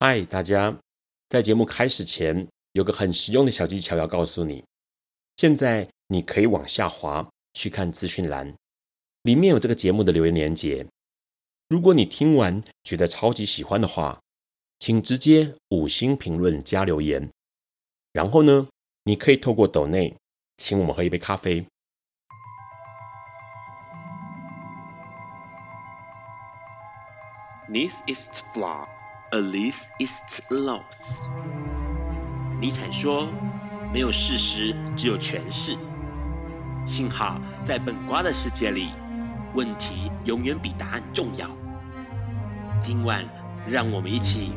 嗨，大家！在节目开始前，有个很实用的小技巧要告诉你。现在你可以往下滑去看资讯栏，里面有这个节目的留言连结。如果你听完觉得超级喜欢的话，请直接5星评论加留言。然后呢，你可以透过抖内请我们喝一杯咖啡。 This ist Flaw, Alice ist los。 尼采说，没有事实，只有诠释。幸好在本瓜的世界里，问题永远比答案重要。今晚让我们一起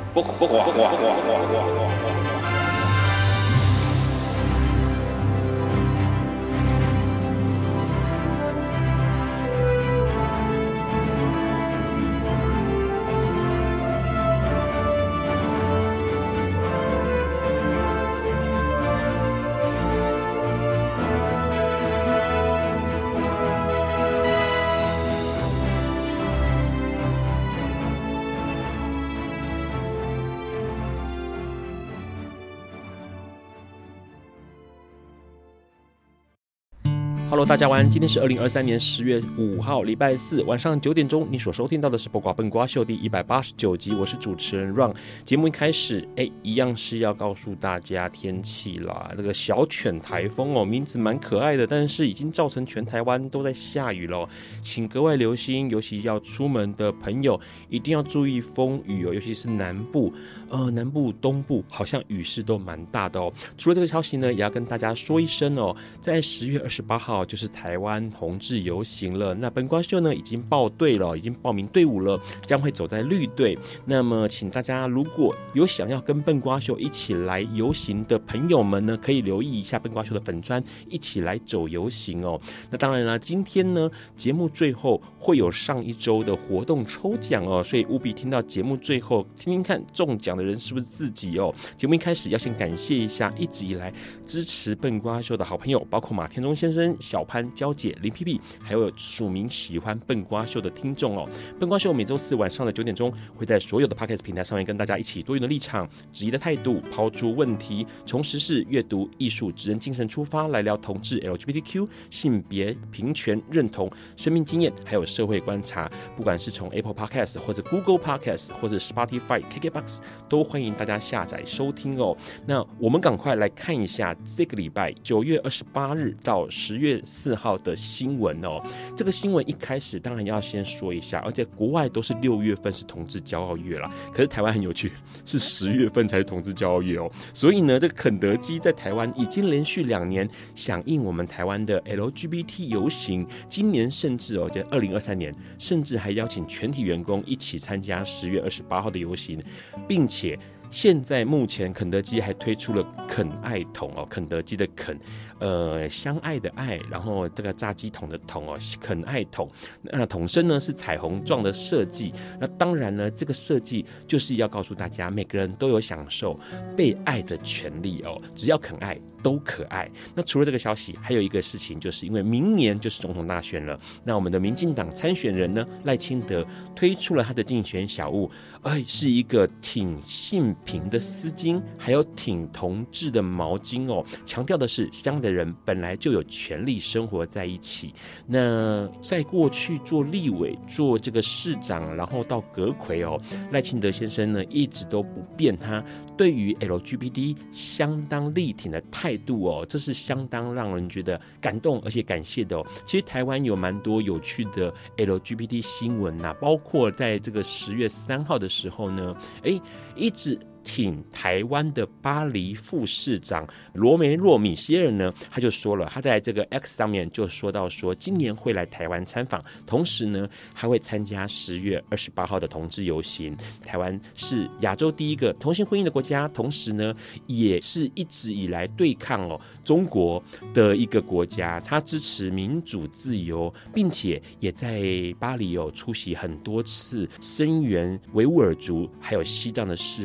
Hello， 大家晚安。今天是2023年10月5号，礼拜四晚上9点钟。你所收听到的是《八卦笨瓜秀》第189集，我是主持人 Ron。节目一开始，一样是要告诉大家天气啦。这个小犬台风哦，名字蛮可爱的，但是已经造成全台湾都在下雨了，请格外留心，尤其要出门的朋友一定要注意风雨哦，尤其是南部，南部、东部好像雨势都蛮大的哦。除了这个消息呢，也要跟大家说一声哦，在10月28号。就是台湾同志游行了，那本瓜秀呢已经报队了，已经报名队伍了，将会走在绿队。那么请大家如果有想要跟笨瓜秀一起来游行的朋友们呢，可以留意一下笨瓜秀的粉专，一起来走游行哦。那当然啦，今天呢节目最后会有上一周的活动抽奖哦，所以务必听到节目最后，听听看中奖的人是不是自己哦。节目一开始要先感谢一下一直以来支持笨瓜秀的好朋友，包括马天中先生、小潘、娇姐、林屁屁，还有署名喜欢笨瓜秀的听众哦。笨瓜秀每周4晚上的9点钟，会在所有的 Podcast 平台上面跟大家一起多元的立场、质疑的态度，抛出问题，从时事、阅读、艺术、职人精神出发，来聊同志、LGBTQ、性别平权认同、生命经验，还有社会观察。不管是从 Apple Podcast 或者 Google Podcast 或者 Spotify、KKBox， 都欢迎大家下载收听哦。那我们赶快来看一下这个礼拜9月28日到10月4号的新闻哦。这个新闻一开始当然要先说一下，而且国外都是6月份是同志骄傲月啦，可是台湾很有趣，是10月份才是同志骄傲月哦。所以呢，这个肯德基在台湾已经连续2年响应我们台湾的 LGBT 游行，今年甚至在2023年甚至还邀请全体员工一起参加10月28号的游行，并且现在目前肯德基还推出了肯爱桶哦，肯德基的肯，相爱的爱，然后这个炸鸡桶的桶哦，肯爱桶。那桶身呢是彩虹状的设计，那当然呢，这个设计就是要告诉大家，每个人都有享受被爱的权利哦，只要肯爱都可爱。那除了这个消息，还有一个事情，就是因为明年就是总统大选了，那我们的民进党参选人呢赖清德推出了他的竞选小物，是一个挺性平的丝巾，还有挺同志的毛巾哦，强调的是乡的人本来就有权利生活在一起。那在过去做立委、做这个市长，然后到阁揆哦，赖清德先生呢一直都不变他对于 LGBT 相当力挺的态度哦，这是相当让人觉得感动而且感谢的哦。其实台湾有蛮多有趣的 LGBT 新闻呐，包括在这个10月3号的时候呢，一直挺台湾的巴黎副市长罗梅洛米歇尔呢，他就说了，他在这个 X 上面就说到说，今年会来台湾参访，同时呢还会参加10月28号的同志游行。台湾是亚洲第一个同性婚姻的国家，同时呢也是一直以来对抗中国的一个国家，他支持民主自由，并且也在巴黎出席很多次声援维吾尔族还有西藏的示威活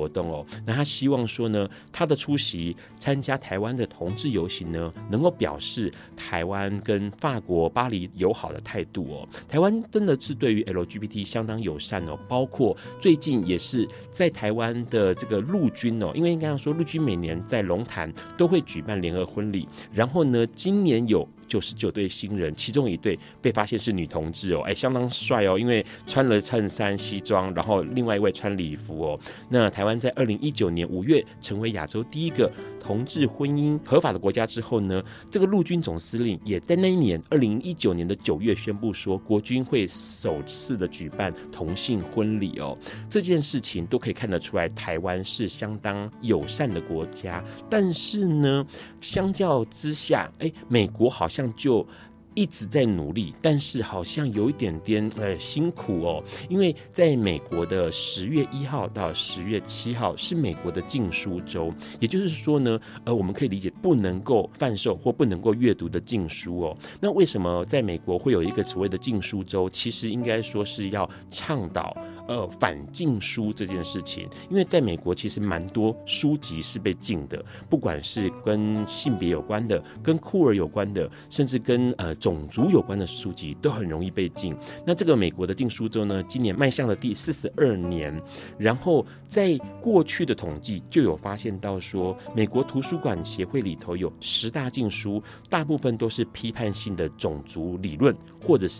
活动哦。那他希望说呢，他的出席参加台湾的同志游行呢，能够表示台湾跟法国巴黎友好的态度哦。台湾真的是对于 LGBT 相当友善哦，包括最近也是在台湾的这个陆军哦，因为刚刚说陆军每年在龙潭都会举办联合婚礼，然后呢，今年有99对新人，其中一对被发现是女同志哦，相当帅哦，因为穿了衬衫西装，然后另外一位穿礼服哦。那台湾在2019年5月成为亚洲第一个同志婚姻合法的国家之后呢，这个陆军总司令也在那一年2019年的9月宣布说，国军会首次的举办同性婚礼哦。这件事情都可以看得出来，台湾是相当友善的国家，但是呢，相较之下，美国好像就一直在努力，但是好像有一点点辛苦哦，因为在美国的10月1号到10月7号是美国的禁书周，也就是说呢，我们可以理解不能够贩售或不能够阅读的禁书哦。那为什么在美国会有一个所谓的禁书周？其实应该说是要倡导反禁书这件事情，因为在美国其实蛮多书籍是被禁的，不管是跟性别有关的、跟酷儿有关的，甚至跟种族有关的书籍都很容易被禁。那这个美国的禁书周呢，今年迈向了第42年，然后在过去的统计就有发现到说，美国图书馆协会里头有10大禁书，大部分都是批判性的种族理论或者是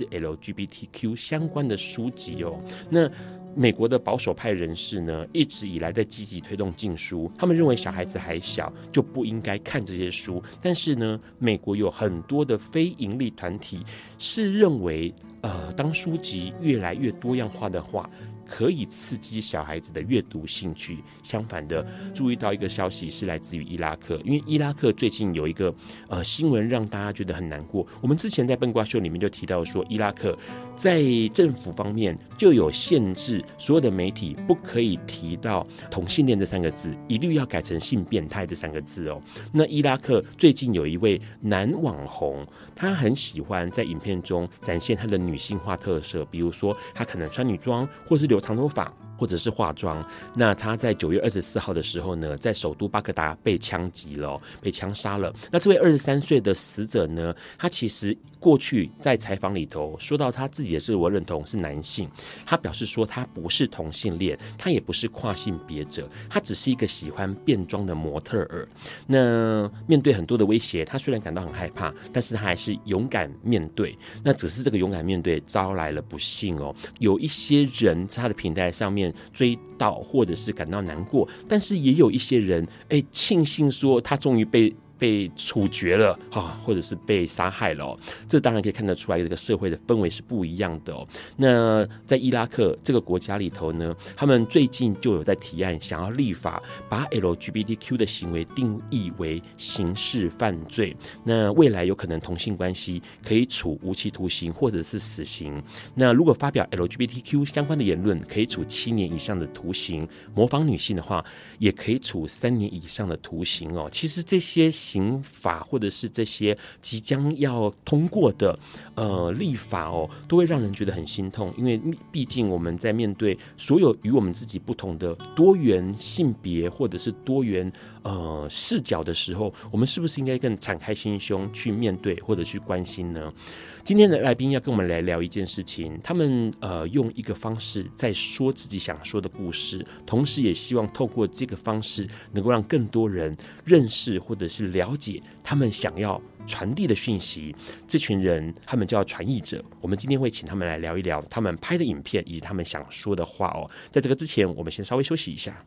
LGBTQ 相关的书籍哦。那美国的保守派人士呢，一直以来在积极推动禁书，他们认为小孩子还小就不应该看这些书。但是呢，美国有很多的非营利团体是认为，当书籍越来越多样化的话，可以刺激小孩子的阅读兴趣。相反的，注意到一个消息是来自于伊拉克，因为伊拉克最近有一个新闻让大家觉得很难过。我们之前在笨瓜秀里面就提到说，伊拉克在政府方面就有限制，所有的媒体不可以提到同性恋这3个字，一律要改成性变态这3个字哦。那伊拉克最近有一位男网红，他很喜欢在影片中展现他的女性化特色，比如说他可能穿女装，或是留长头发，或者是化妆。那他在9月24号的时候呢，在首都巴格达被枪击了，被枪杀了。那这位23岁的死者呢，他其实过去在采访里头说到他自己的自我认同是男性，他表示说他不是同性恋，他也不是跨性别者，他只是一个喜欢变装的模特儿。那面对很多的威胁，他虽然感到很害怕，但是他还是勇敢面对。那只是这个勇敢面对招来了不幸哦，有一些人在他的平台上面追悼或者是感到难过，但是也有一些人庆幸说他终于被处决了或者是被杀害了哦。这当然可以看得出来，这个社会的氛围是不一样的哦。那在伊拉克这个国家里头呢，他们最近就有在提案想要立法，把 LGBTQ 的行为定义为刑事犯罪。那未来有可能同性关系可以处无期徒刑或者是死刑。那如果发表 LGBTQ 相关的言论，可以处7年以上的徒刑；模仿女性的话，也可以处3年以上的徒刑哦。其实这些刑法或者是这些即将要通过的立法哦，都会让人觉得很心痛，因为毕竟我们在面对所有与我们自己不同的多元性别或者是多元视角的时候，我们是不是应该更敞开心胸去面对或者去关心呢？今天的来宾要跟我们来聊一件事情，他们用一个方式在说自己想说的故事，同时也希望透过这个方式能够让更多人认识或者是了解他们想要传递的讯息。这群人他们叫传译者，我们今天会请他们来聊一聊他们拍的影片以及他们想说的话哦。在这个之前，我们先稍微休息一下。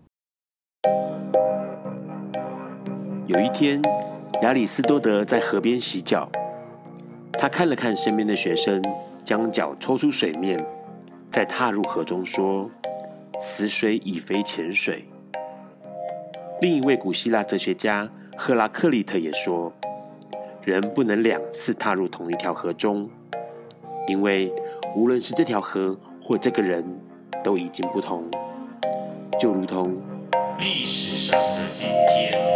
有一天，亚里士多德在河边洗脚，他看了看身边的学生，将脚抽出水面，再踏入河中说：“此水已非前水。”另一位古希腊哲学家赫拉克利特也说，人不能2次踏入同一条河中，因为无论是这条河或这个人都已经不同，就如同历史上的今天。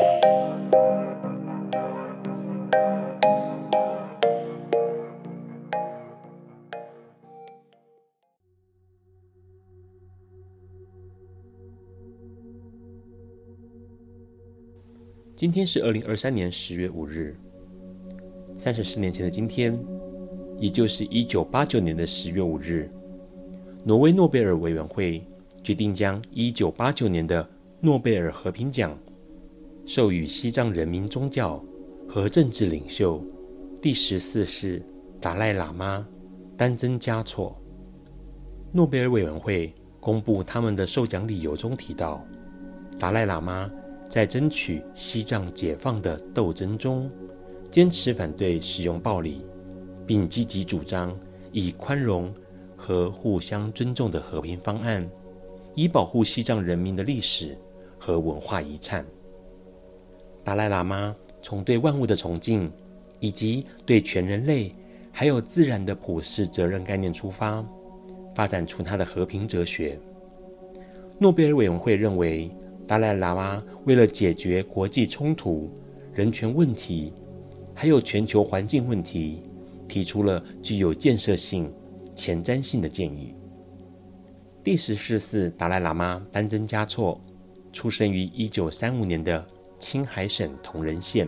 今天是2023年10月5日。34年前的今天，也就是1989年的10月5日，挪威诺贝尔委员会决定将1989年的诺贝尔和平奖授予西藏人民宗教和政治领袖第14世达赖喇嘛丹增嘉措。诺贝尔委员会公布他们的授奖理由中提到，达赖喇嘛在争取西藏解放的斗争中，坚持反对使用暴力，并积极主张以宽容和互相尊重的和平方案，以保护西藏人民的历史和文化遗产。达赖喇嘛从对万物的崇敬，以及对全人类还有自然的普世责任概念出发，发展出他的和平哲学。诺贝尔委员会认为，达赖喇嘛为了解决国际冲突、人权问题，还有全球环境问题，提出了具有建设性、前瞻性的建议。第14世达赖喇嘛丹增嘉措出生于1935年的青海省铜仁县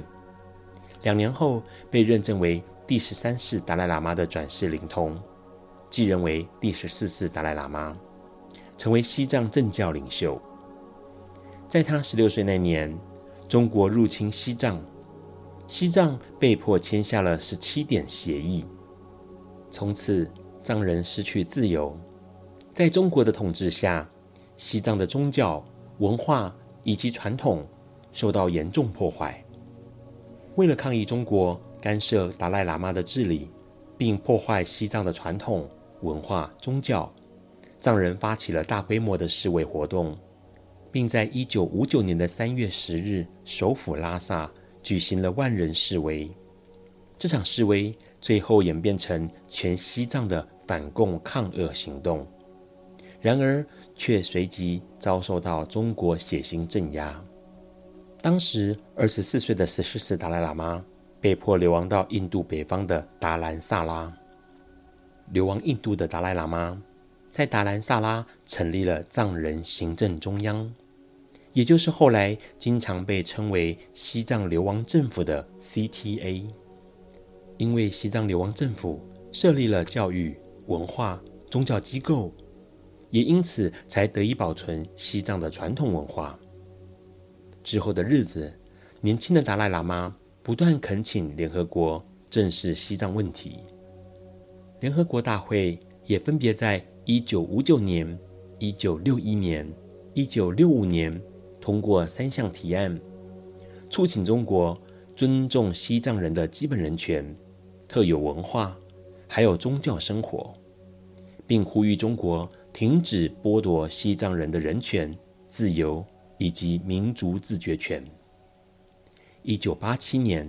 ，2年后被认证为第13世达赖喇嘛的转世灵童，继任为第14世达赖喇嘛，成为西藏政教领袖。在他16岁那年，中国入侵西藏，西藏被迫签下了17点协议，从此藏人失去自由。在中国的统治下，西藏的宗教、文化以及传统受到严重破坏。为了抗议中国干涉达赖喇嘛的治理，并破坏西藏的传统、文化、宗教，藏人发起了大规模的示威活动，并在1959年的3月10日首府拉萨举行了万人示威。这场示威最后演变成全西藏的反共抗俄行动，然而却随即遭受到中国血腥镇压。当时24岁的14世达赖喇嘛被迫流亡到印度北方的达兰萨拉。流亡印度的达赖喇嘛在达兰萨拉成立了藏人行政中央，也就是后来经常被称为西藏流亡政府的 CTA。 因为西藏流亡政府设立了教育、文化、宗教机构，也因此才得以保存西藏的传统文化。之后的日子，年轻的达赖喇嘛不断恳请联合国正视西藏问题。联合国大会也分别在1959年、1961年、1965年通过3项提案，促请中国尊重西藏人的基本人权、特有文化还有宗教生活，并呼吁中国停止剥夺西藏人的人权、自由以及民族自决权。1987年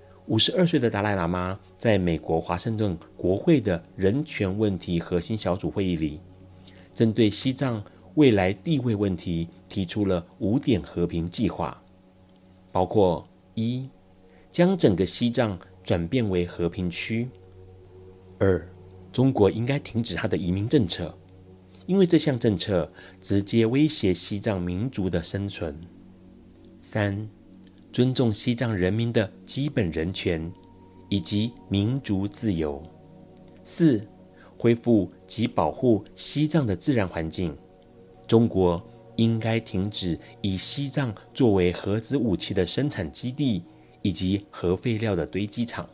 ，52岁的达赖喇嘛在美国华盛顿国会的人权问题核心小组会议里，针对西藏未来地位问题提出了5点和平计划，包括1. 将整个西藏转变为和平区； 2. 中国应该停止它的移民政策，因为这项政策直接威胁西藏民族的生存； 3. 尊重西藏人民的基本人权以及民族自由； 4. 恢复及保护西藏的自然环境，中国应该停止以西藏作为核子武器的生产基地以及核废料的堆积场。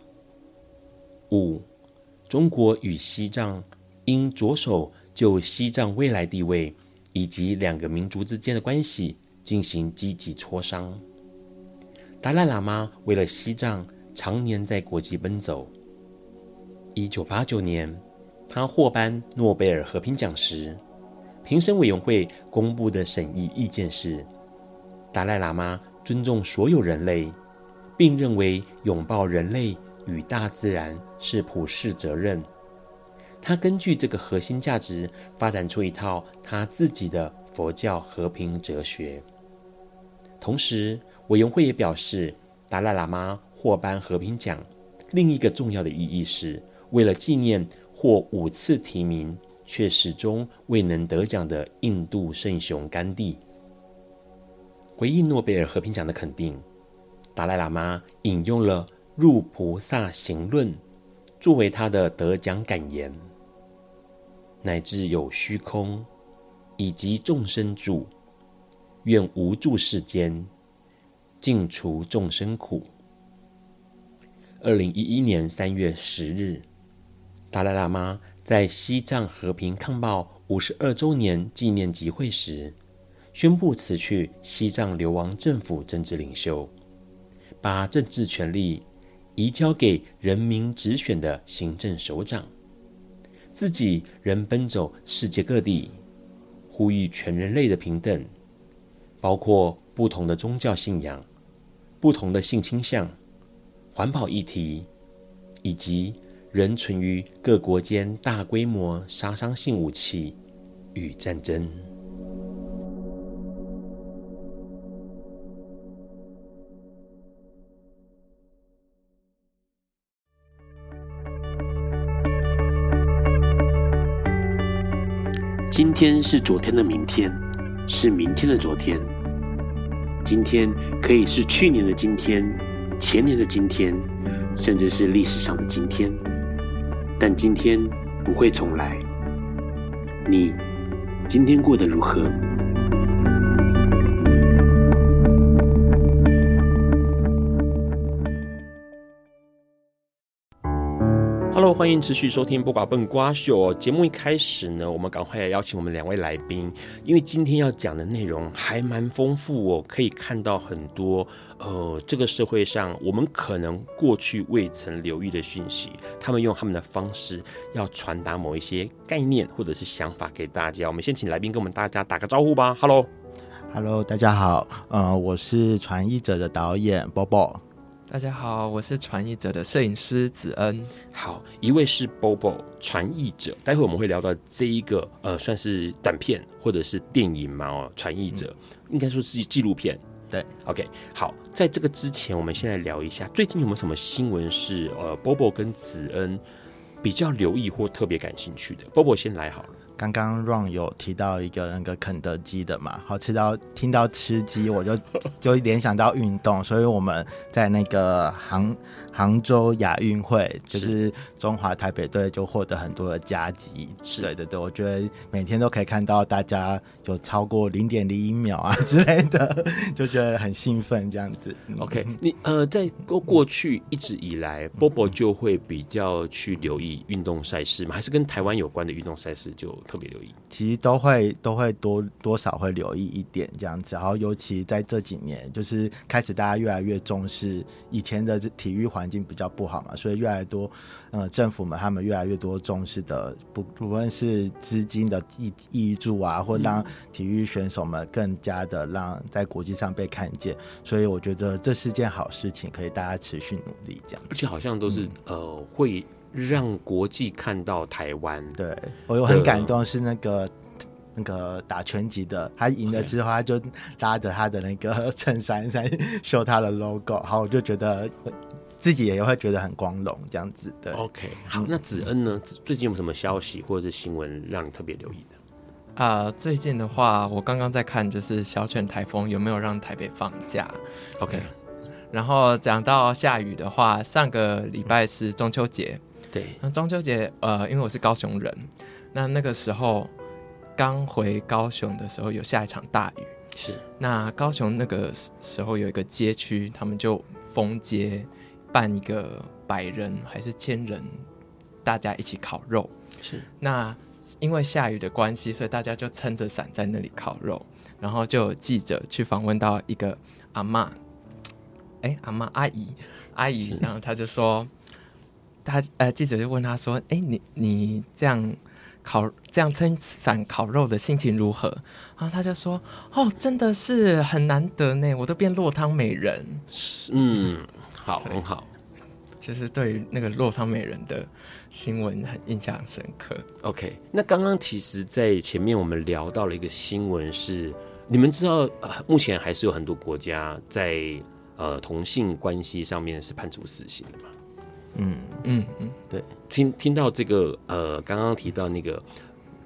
5. 中国与西藏应着手就西藏未来地位以及2个民族之间的关系进行积极磋商。达赖喇嘛为了西藏常年在国际奔走。1989年，他获颁诺贝尔和平奖时，评审委员会公布的审议意见是，达赖喇嘛尊重所有人类，并认为拥抱人类与大自然是普世责任。他根据这个核心价值发展出一套他自己的佛教和平哲学。同时，委员会也表示，达赖喇嘛获颁和平奖另一个重要的意义是为了纪念获5次提名却始终未能得奖的印度圣雄甘地。回应诺贝尔和平奖的肯定， 达赖喇嘛引用了《入菩萨行论》作为他的得奖感言，乃至有虚空以及众生住，愿无住世间，尽除众生苦。2011年3月10日，达赖喇嘛在西藏和平抗暴52周年纪念集会时，宣布辞去西藏流亡政府政治领袖，把政治权力移交给人民直选的行政首长，自己仍奔走世界各地，呼吁全人类的平等，包括不同的宗教信仰、不同的性倾向、环保议题，以及仍存于各国间大规模杀伤性武器与战争。 今天是昨天的明天，是明天的昨天。今天可以是去年的今天，前年的今天，甚至是历史上的今天。但今天不会重来。你今天过得如何 ？Hello， 欢迎持续收听不寡笨瓜秀。节目一开始呢，我们赶快来邀请我们2位来宾，因为今天要讲的内容还蛮丰富哦，可以看到很多这个社会上我们可能过去未曾留意的讯息，他们用他们的方式要传达某一些概念或者是想法给大家。我们先请来宾跟我们大家打个招呼吧。 Hello， 大家好，我是传译者的导演 Bobo。 大家好，我是传译者的摄影师子恩。 好，一位是 Bobo 传译者，待会我们会聊到这一个算是短片或者是电影嘛传译者，应该说是纪录片。 对 ，OK， 好，在这个之前，我们先来聊一下最近有没有什么新闻是Bobo 跟子恩比较留意或特别感兴趣的。Bobo 先来好了。 刚刚 Ron 有提到一个那个肯德基的嘛，好，听到吃鸡，我就联想到运动，所以我们在那个杭州亚运会，就是中华台北队就获得很多的佳绩。对对对，我觉得每天都可以看到大家有超过0.01秒啊之类的，就觉得很兴奋这样子。 OK， 你在过去一直以来，Bobo 就会比较去留意运动赛事吗？还是跟台湾有关的运动赛事就特别留意？ 其实都会多少会留意一点这样子，然后尤其在这几年，就是开始大家越来越重视，以前的体育环境比较不好嘛，所以越来越多政府们他们越来越多重视的，不论是资金的挹注啊，或让体育选手们更加的让在国际上被看见，所以我觉得这是件好事情，可以大家持续努力这样。 而且好像都是会让国际看到台湾。 对，我有很感动是那个打拳击的，他赢了之后，他就拉着他的那个衬衫在秀他的 logo， 好，我就觉得自己也会觉得很光荣这样子。对 ，OK， 好，那子恩呢？最近有什么消息或者是新闻让你特别留意的？ 最近的话，我刚刚在看，就是小犬台风有没有让台北放假 ？OK， 然后讲到下雨的话，上个礼拜是中秋节。 对， 那中秋节因为我是高雄人，那个时候刚回高雄的时候有下一场大雨， 是那高雄那个时候有一个街区，他们就封街办一个100人还是1000人，大家一起烤肉。 是那因为下雨的关系，所以大家就撑着伞在那里烤肉，然后就有记者去访问到一个阿嬷，阿姨，然后他就说。记者就问他说：“你这样撑伞烤肉的心情如何？”然后他就说：“哦，真的是很难得呢，我都变落汤美人。” 好，很好。 就是对于那个落汤美人的新闻很印象深刻。 OK， 那刚刚其实在前面我们聊到了一个新闻是，你们知道目前还是有很多国家在同性关系上面是判处死刑的吗？对，听到这个刚刚提到那个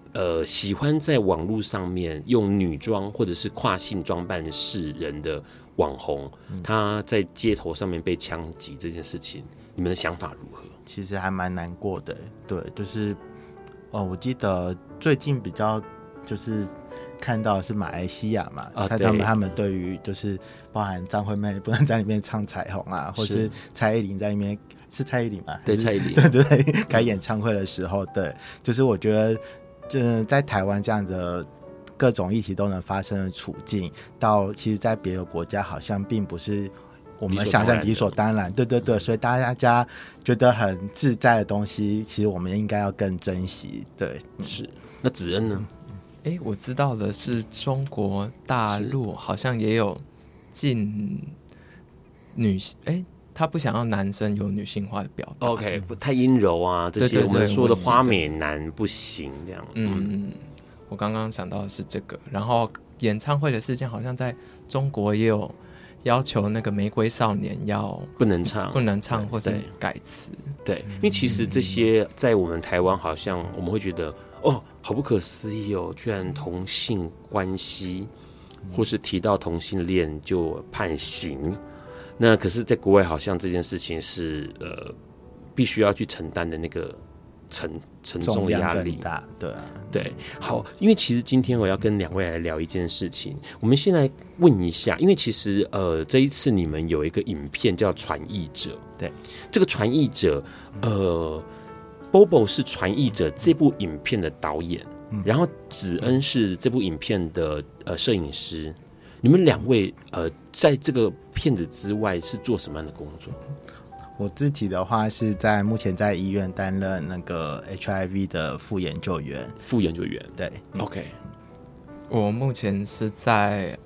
喜欢在网络上面用女装或者是跨性装扮示人的网红，他在街头上面被枪击这件事情，你们的想法如何？ 其实还蛮难过的，对，就是我记得最近比较就是看到的是马来西亚嘛，他们对于就是包含张惠妹不能在里面唱彩虹啊，或是蔡依林在里面，是蔡依林吗？ 对，蔡依林， 对，开演唱会的时候，对，就是我觉得在台湾这样的各种议题都能发生的处境，到其实在别的国家好像并不是我们想象理所当然，对，所以大家觉得很自在的东西，其实我们应该要更珍惜。对， 是。那子恩呢？ 我知道的是中国大陆好像也有禁女性，他不想要男生有女性化的表达。 OK， 太阴柔啊，这些我们说的花美男不行这样。 我刚刚想到的是这个，然后演唱会的事件好像在中国也有要求那个玫瑰少年要不能唱或者改词。 对，因为其实这些在我们台湾好像我们会觉得好不可思议哦，居然同性关系或是提到同性恋就判刑。那可是在国外好像这件事情是必须要去承担的那个沉重的压力， 大， 对，好，因为其实今天我要跟两位来聊一件事情，我们先来问一下，因为其实这一次你们有一个影片叫《传译者》， 对， 这个《传译者》Bobo 是《传译者》这部影片的导演，然后子恩是这部影片的摄影师，你们两位在这个片子之外是做什么样的工作？ 我自己的话是目前在医院担任那个 HIV 的副研究员，对 ，OK。 我目前是在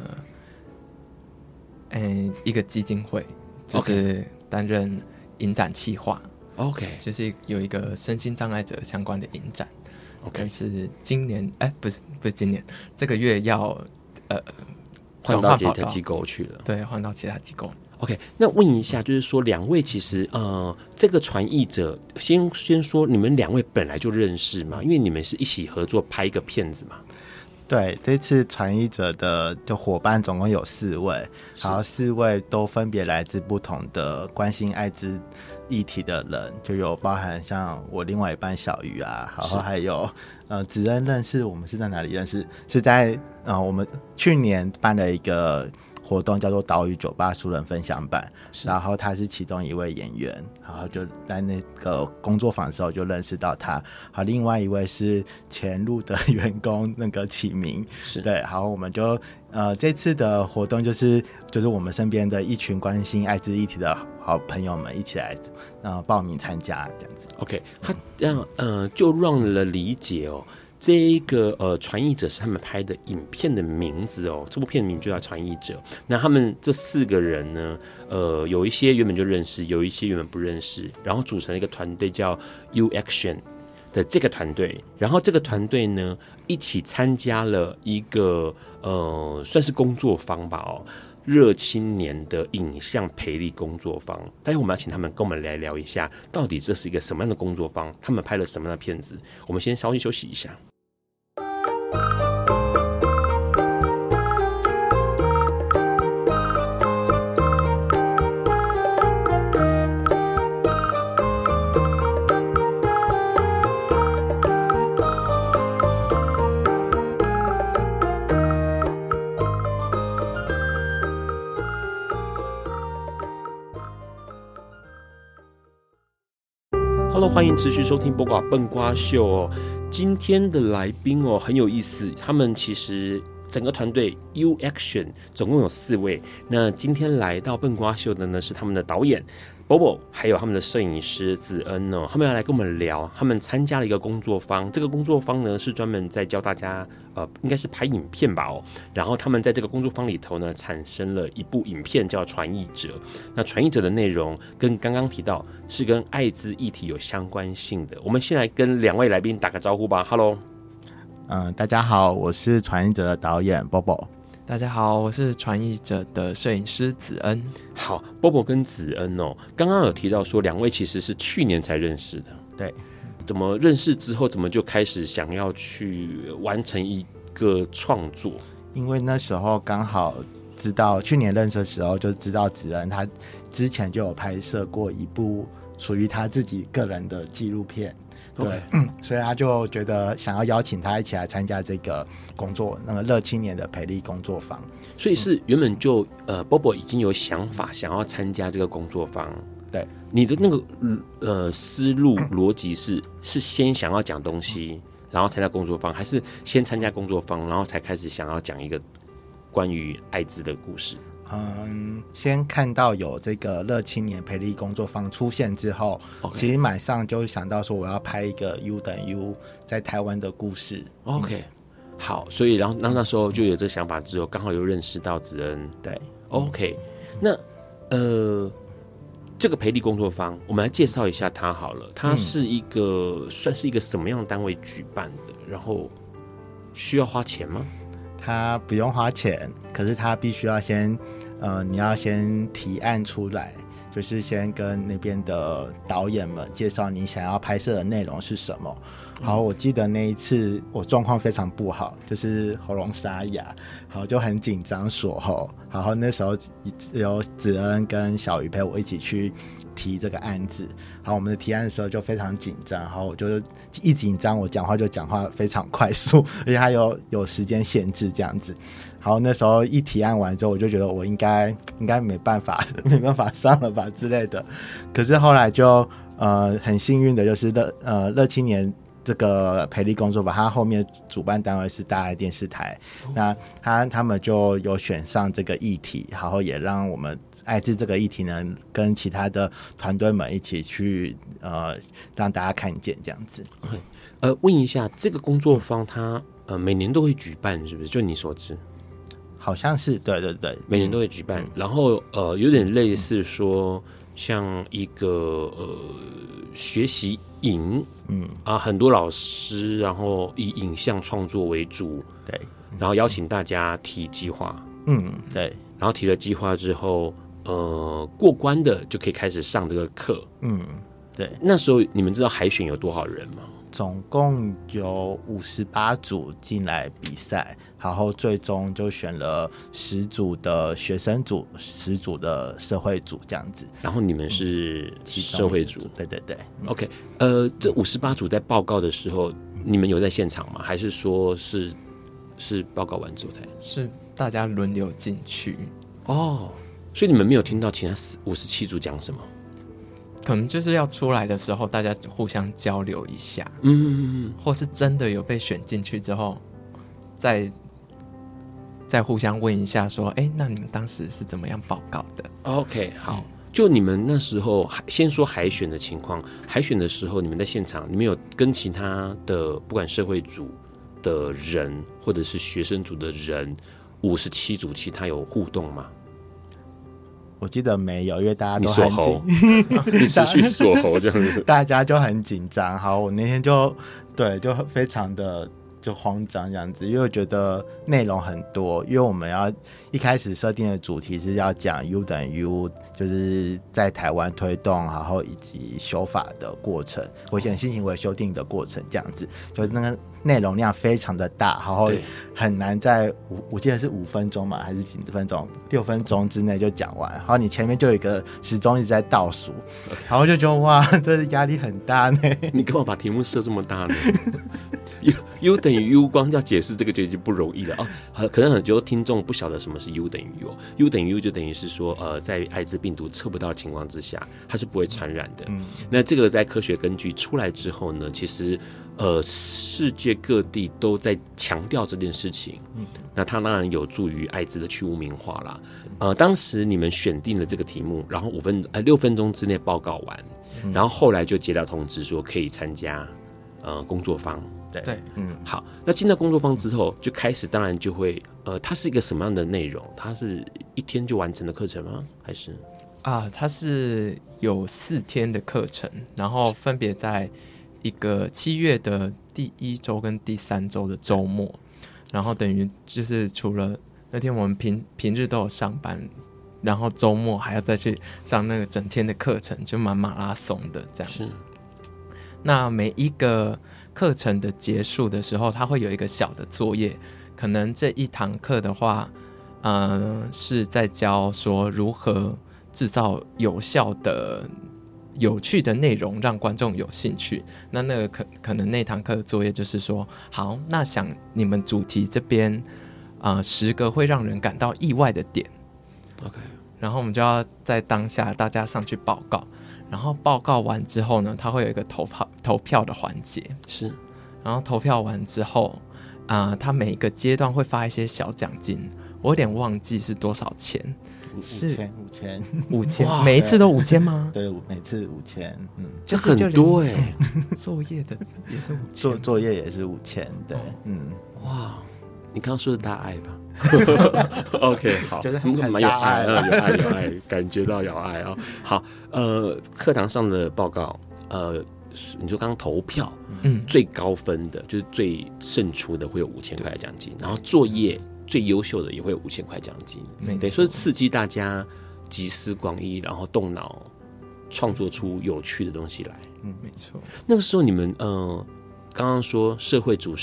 一个基金会，就是担任影展企划 ，OK， 就是有一个身心障碍者相关的影展 ，OK， 是今年不是今年，这个月要换到其他机构去了， 对，换到其他机构。 OK， 那问一下，就是说两位其实这个传译者，先说你们两位本来就认识嘛，因为你们是一起合作拍一个片子嘛。 对，这次传译者的伙伴总共有4位，然后4位都分别来自不同的关心艾滋议题的人，就有包含像我另外一半小鱼啊，然后还有子恩认识我们是在哪里认识？是在我们去年办了一个活动叫做岛屿酒吧素人分享版，然后他是其中一位演员，然后就在那个工作坊的时候就认识到他。好，另外一位是前路的员工那个启明，对，好，我们就这次的活动就是我们身边的一群关心艾滋议题的好朋友们一起来报名参加这样子。 OK， 他就让人理解哦。这一个传译者是他们拍的影片的名字哦，这部片名就叫传译者。那他们这4个人呢，有一些原本就认识，有一些原本不认识，然后组成了一个团队叫 U Action 的这个团队。然后这个团队呢，一起参加了一个算是工作坊吧哦。热青年的影像培力工作坊，待会我们要请他们跟我们来聊一下，到底这是一个什么样的工作坊，他们拍了什么样的片子。我们先稍微休息一下。Hello， 欢迎持续收听播瓜笨瓜秀哦。今天的来宾哦很有意思，他们其实整个团队 U Action 总共有4位。那今天来到笨瓜秀的呢是他们的导演 Bobo， 还有他们的摄影师子恩哦，他们要来跟我们聊，他们参加了一个工作坊。这个工作坊呢是专门在教大家应该是拍影片吧哦。然后他们在这个工作坊里头呢产生了一部影片叫《传译者》。那《传译者》的内容跟刚刚提到是跟艾滋议题有相关性的。我们先来跟2位来宾打个招呼吧。Hello， 大家好，我是传译者的导演 Bobo。 大家好，我是传译者的摄影师子恩。 好 ，Bobo 跟子恩哦，刚刚有提到说2位其实是去年才认识的。 对， 怎么认识之后，怎么就开始想要去完成一个创作？ 因为那时候刚好知道，去年认识的时候就知道子恩他之前就有拍摄过一部属于他自己个人的纪录片，对，okay. 所以他就觉得想要邀请他一起来参加这个工作，那个乐青年的培力工作坊。 所以是原本就Bobo 已经有想法想要参加这个工作坊。 对， 你的那个思路逻辑是先想要讲东西，然后参加工作坊，还是先参加工作坊，然后才开始想要讲一个关于艾滋的故事？ 先看到有这个乐青年培力工作坊出现之后， okay. 其实马上就想到说我要拍一个 U 等于 U 在台湾的故事。 OK，好，所以然后那时候就有这个想法之后，刚好又认识到子恩。 对 ，OK， 那这个培力工作坊，我们来介绍一下它好了。它是一个、算是一个什么样的单位举办的？然后需要花钱吗？ 它不用花钱，可是它必须要先你要先提案出来，就是先跟那边的导演们介绍你想要拍摄的内容是什么。好，我记得那一次我状况非常不好，就是喉咙沙哑，好就很紧张锁喉，然后那时候有子恩跟小鱼陪我一起去提这个案子，好，我们的提案的时候就非常紧张，然后我就一紧张我讲话就讲话非常快速，而且它有时间限制这样子。好，那时候一提案完之后，我就觉得我应该没办法上了吧之类的。可是后来就很幸运的就是乐青年这个培力工作坊，他后面主办单位是大爱电视台，那他们就有选上这个议题，然后也让我们艾滋这个议题呢跟其他的团队们一起去让大家看见这样子。 Okay. 问一下，这个工作坊它每年都会举办是不是？就你所知？ 好像是，对对对， 每年都会举办，然后有点类似说像一个学习营，很多老师，然后以影像创作为主， 对， 然后邀请大家提计划， 对， 然后提了计划之后，过关的就可以开始上这个课， 对。 那时候你们知道海选有多少人吗？ 总共有58组进来比赛，然后最终就选了10组的学生组，10组的社会组这样子。 然后你们是社会组， 对对对。 OK， 这58组在报告的时候，你们有在现场吗？还是说是报告完之后才？ 是大家轮流进去。 哦，所以你们没有听到其他57组讲什么？ 可能就是要出来的时候，大家互相交流一下，或是真的有被选进去之后，再互相问一下，说，那你们当时是怎么样报告的 ？OK， 好，就你们那时候先说海选的情况，海选的时候，你们在现场，你们有跟其他的不管社会组的人，或者是学生组的人，57组其他有互动吗？ 我记得没有，因为大家都很紧， 你持续锁喉这样子， 大家就很紧张。好，我那天就非常的就慌张这样子，因为我觉得内容很多，因为我们要一开始设定的主题是要讲 U 等于 U， 就是在台湾推动，然后以及修法的过程，危险性行为修订的过程这样子，就那个内容量非常的大，然后很难在我记得是5分钟嘛，还是几分钟，6分钟之内就讲完，然后你前面就有一个时钟一直在倒数，然后就觉得哇，这是压力很大呢。 你干嘛把题目设这么大呢？U 等于 U， 光要解释这个就已经不容易了哦。可能很多听众不晓得什么是 U 等于 U。U 等于 U 就等于是说，在艾滋病毒测不到的情况之下，它是不会传染的。那这个在科学根据出来之后呢，其实世界各地都在强调这件事情。那它当然有助于艾滋的去污名化啦。当时你们选定了这个题目，然后6分钟之内报告完，然后后来就接到通知说可以参加工作坊。 对， 好，那进到工作坊之后，就开始，当然就会，它是一个什么样的内容？它是一天就完成的课程吗？还是？ 它是有4天的课程，然后分别在一个7月的第1周跟第3周的周末，然后等于就是除了那天我们平日都有上班，然后周末还要再去上那个整天的课程，就蛮马拉松的这样。 是。 那每一个课程的结束的时候，它会有一个小的作业，可能这一堂课的话，是在教说如何制造有效的、有趣的内容，让观众有兴趣。那个可能那堂课的作业就是说，好，那想你们主题这边，10个会让人感到意外的点 ，OK， 然后我们就要在当下大家上去报告。然后报告完之后呢，它会有一个投票的环节， 是。 然后投票完之后，它每一个阶段会发一些小奖金，我有点忘记是多少钱，是5000，每一次都5000吗？ 对，每次5000， 这很多哎， 作业的也是5000， 作业也是5000，对， 哇，你刚刚说的大爱吧？OK， 好， 就是蛮有爱，有爱，感觉到有爱哦。好，课堂上的报告，你说刚刚投票，最高分的就是最胜出的会有5000块奖金，然后作业最优秀的也会有5000块奖金，等于说是刺激大家集思广益，然后动脑创作出有趣的东西来。 没错。 那个时候你们刚刚说社会组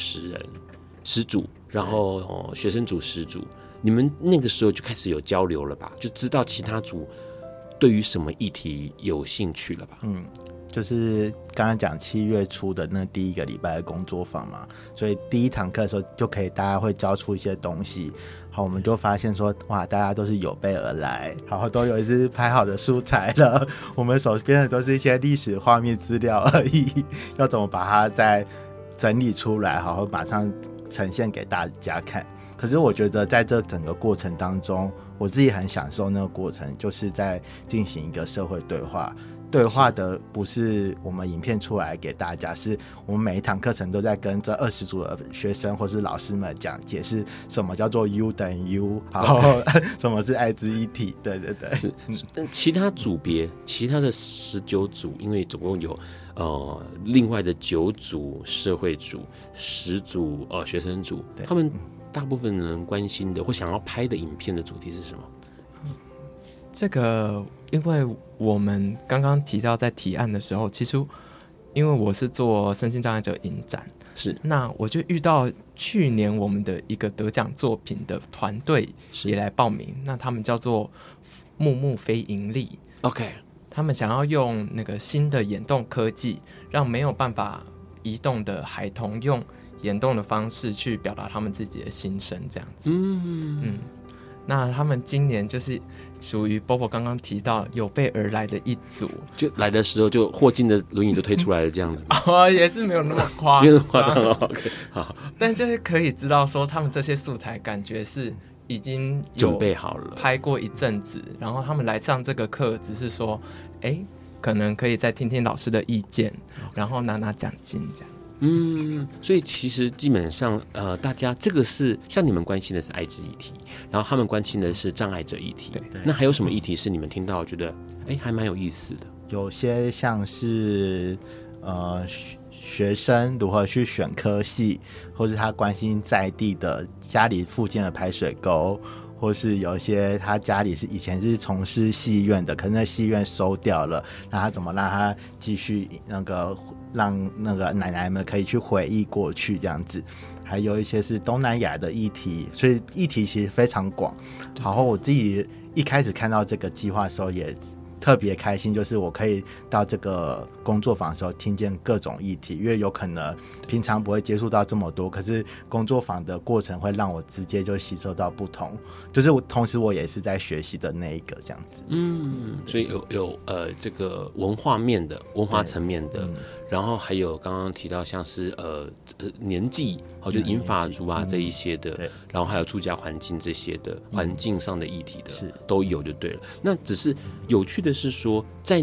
10组，然后学生组10组，你们那个时候就开始有交流了吧？就知道其他组对于什么议题有兴趣了吧？ 就是刚刚讲7月初的那第一个礼拜的工作坊嘛，所以第一堂课的时候就可以大家会交出一些东西。好，我们就发现说，哇，大家都是有备而来，然后都有一支拍好的素材了，我们手边的都是一些历史画面资料而已，要怎么把它再整理出来，好好马上呈现给大家看。可是我觉得在这整个过程当中，我自己很享受那个过程，就是在进行一个社会对话。对话的不是我们影片出来给大家，是我们每一堂课程都在跟这20组的学生或是老师们解释什么叫做 U 等于 U， 然后什么是爱之一体。对对对。 其他组别，其他的19组，因为总共有另外的9组社会组、10组学生组，他们大部分人关心的或想要拍的影片的主题是什么？ 这个因为我们刚刚提到在提案的时候，其实因为我是做身心障碍者影展， 是， 那我就遇到去年我们的一个得奖作品的团队也来报名，那他们叫做木木非盈利 ，OK， 他们想要用那个新的眼动科技，让没有办法移动的孩童用眼动的方式去表达他们自己的心声，这样子。那他们今年就是属于 Bobo 刚刚提到有备而来的一组， 就来的时候就霍金的轮椅都推出来了这样子也是没有那么夸张， 没有那么夸张OK， 好， 但就是可以知道说他们这些素材感觉是已经有准备好了， 拍过一阵子，然后他们来上这个课，只是说，可能可以再听听老师的意见，然后拿奖金这样。 所以其实基本上，大家这个是像你们关心的是艾滋议题，然后他们关心的是障碍者议题。对，那还有什么议题是你们听到觉得还蛮有意思的？ 有些像是学生如何去选科系，或是他关心在地的家里附近的排水沟，或是有一些他家里是以前是从事戏院的，可是那戏院收掉了，那他怎么让他继续让那个奶奶们可以去回忆过去这样子。还有一些是东南亚的议题，所以议题其实非常广。然后我自己一开始看到这个计划的时候也特别开心，就是我可以到这个工作坊的时候听见各种议题，因为有可能平常不会接触到这么多，可是工作坊的过程会让我直接就吸收到不同，就是同时我也是在学习的那一个这样子。 所以有这个文化面的、文化层面的，然后还有刚刚提到像是年纪，就银发族啊这一些的，然后还有住家环境这些的环境上的议题的，都有就对了。那只是有趣的是说，在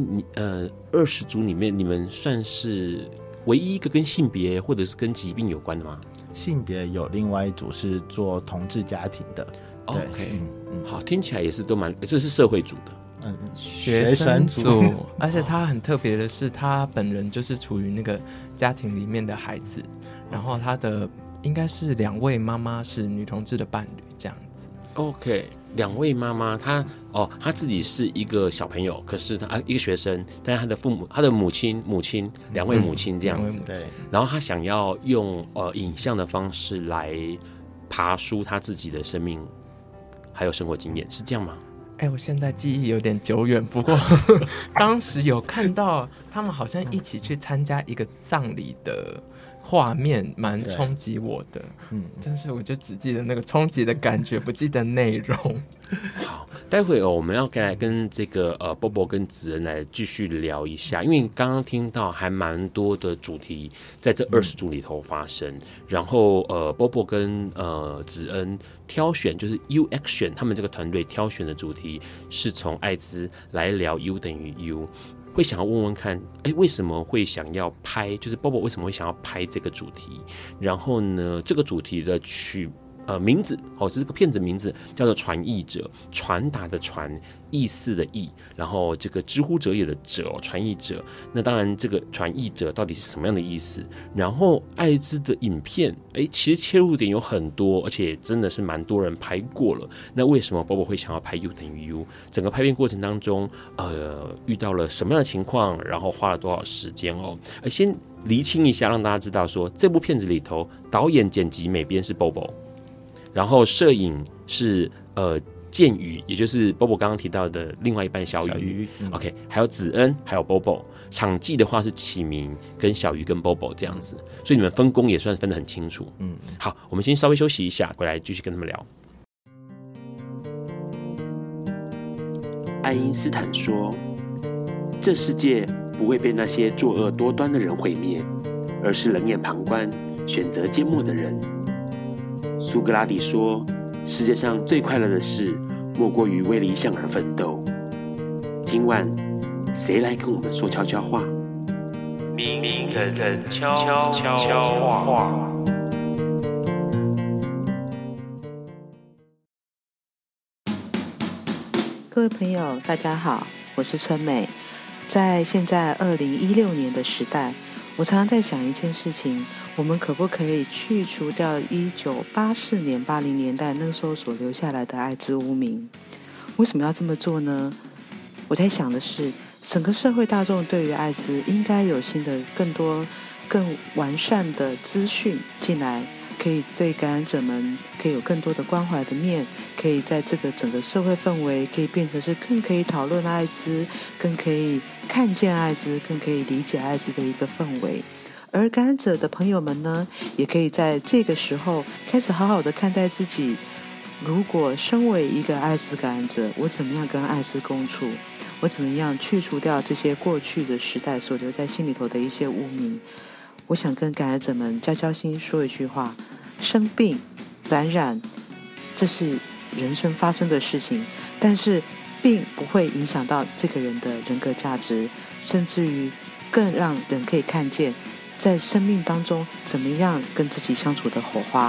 20组里面，你们算是唯一一个跟性别或者是跟疾病有关的吗？ 性别有另外一组是做同志家庭的。 OK，好，听起来也是都这是社会组的。 学生组，而且他很特别的是，他本人就是处于那个家庭里面的孩子，然后他的应该是2位妈妈是女同志的伴侣这样子。 OK， 两位妈妈，她自己是一个小朋友，可是一个学生，但是她的母亲，两位母亲这样子， 对。 然后她想要用影像的方式来爬梳她自己的生命还有生活经验，是这样吗？ 我现在记忆有点久远，不过当时有看到他们好像一起去参加一个葬礼的画面，蛮冲击我的。但是我就只记得那个冲击的感觉，不记得内容。 好，待会我们要来跟这个Bobo 跟子恩来继续聊一下，因为刚刚听到还蛮多的主题在这20组里头发生，然后Bobo 跟子恩挑选就是 U Action 他们这个团队挑选的主题是从艾滋来聊 U 等于 U。会想要问问看，为什么会想要拍？就是 Bobo 为什么会想要拍这个主题？然后呢，这个主题的名字这个片子名字叫做传译者，传达的传，意思的意，然后这个知乎者也的者，传译者。那当然，这个传译者到底是什么样的意思？然后艾滋的影片，其实切入点有很多，而且真的是蛮多人拍过了。那为什么 Bobo 会想要拍 U 等于 U？ 整个拍片过程当中，遇到了什么样的情况？然后花了多少时间哦？先厘清一下，让大家知道说，这部片子里头，导演、剪辑、美编是 Bobo。然后摄影是建宇，也就是 Bobo 刚刚提到的另外一半小鱼，OK， 还有子恩，还有 Bobo。场记的话是启明跟小鱼跟 Bobo 这样子，所以你们分工也算分得很清楚。好，我们先稍微休息一下，回来继续跟他们聊。 爱因斯坦说：“这世界不会被那些作恶多端的人毁灭，而是冷眼旁观、选择缄默的人。”苏格拉底说：“世界上最快乐的事，莫过于为理想而奋斗。”今晚，谁来跟我们说悄悄话？明人悄话。 各位朋友，大家好，我是春美。在现在2016年的时代，我常常在想一件事情：我们可不可以去除掉1984年、80年代那时候所留下来的艾滋污名？为什么要这么做呢？我在想的是，整个社会大众对于艾滋应该有新的、更多、更完善的资讯进来，可以对感染者们可以有更多的关怀的面，可以在这个整个社会氛围可以变成是更可以讨论艾滋，更可以看见艾滋，更可以理解艾滋的一个氛围。而感染者的朋友们呢，也可以在这个时候开始好好的看待自己，如果身为一个艾滋感染者，我怎么样跟艾滋共处，我怎么样去除掉这些过去的时代所留在心里头的一些污名。我想跟感染者们交心，说一句话：生病、感染，这是人生发生的事情，但是并不会影响到这个人的人格价值，甚至于更让人可以看见在生命当中怎么样跟自己相处的火花。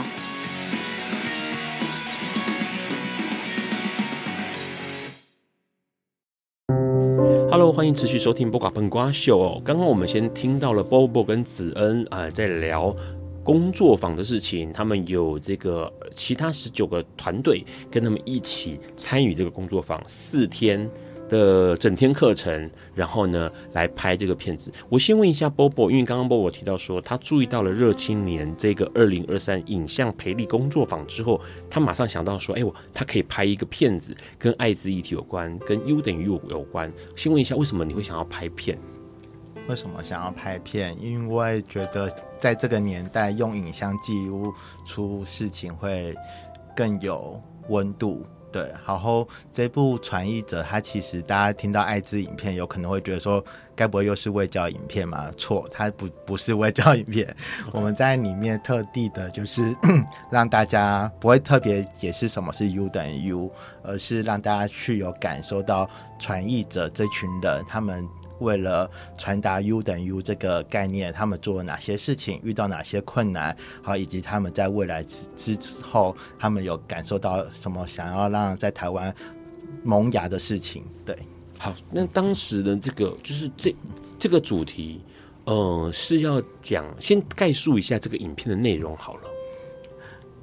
Hello， 欢迎持续收听播瓜笨瓜秀哦。刚刚我们先听到了 Bobo 跟子恩在聊工作坊的事情，他们有这个其他19个团队跟他们一起参与这个工作坊4天的整天课程，然后呢来拍这个片子。我先问一下 Bobo， 因为刚刚 Bobo 提到说他注意到了热青年这个2023影像培力工作坊之后，他马上想到说，他可以拍一个片子跟艾滋议题有关，跟 U 等于 U 有关。先问一下，为什么你会想要拍片？ 为什么想要拍片？因为觉得在这个年代用影像记录出事情会更有温度。对，然后这部传译者，他其实大家听到艾滋影片，有可能会觉得说，该不会又是卫教影片吗？错，它不是卫教影片。我们在里面特地的就是让大家不会特别解释什么是 U 等于 U， 而是让大家去有感受到传译者这群人他们为了传达 U 等于 U 这个概念，他们做了哪些事情，遇到哪些困难，好，以及他们在未来之后，他们有感受到什么想要让在台湾萌芽的事情。对， 好，那当时的这个就是这个主题，是要讲先概述一下这个影片的内容好了。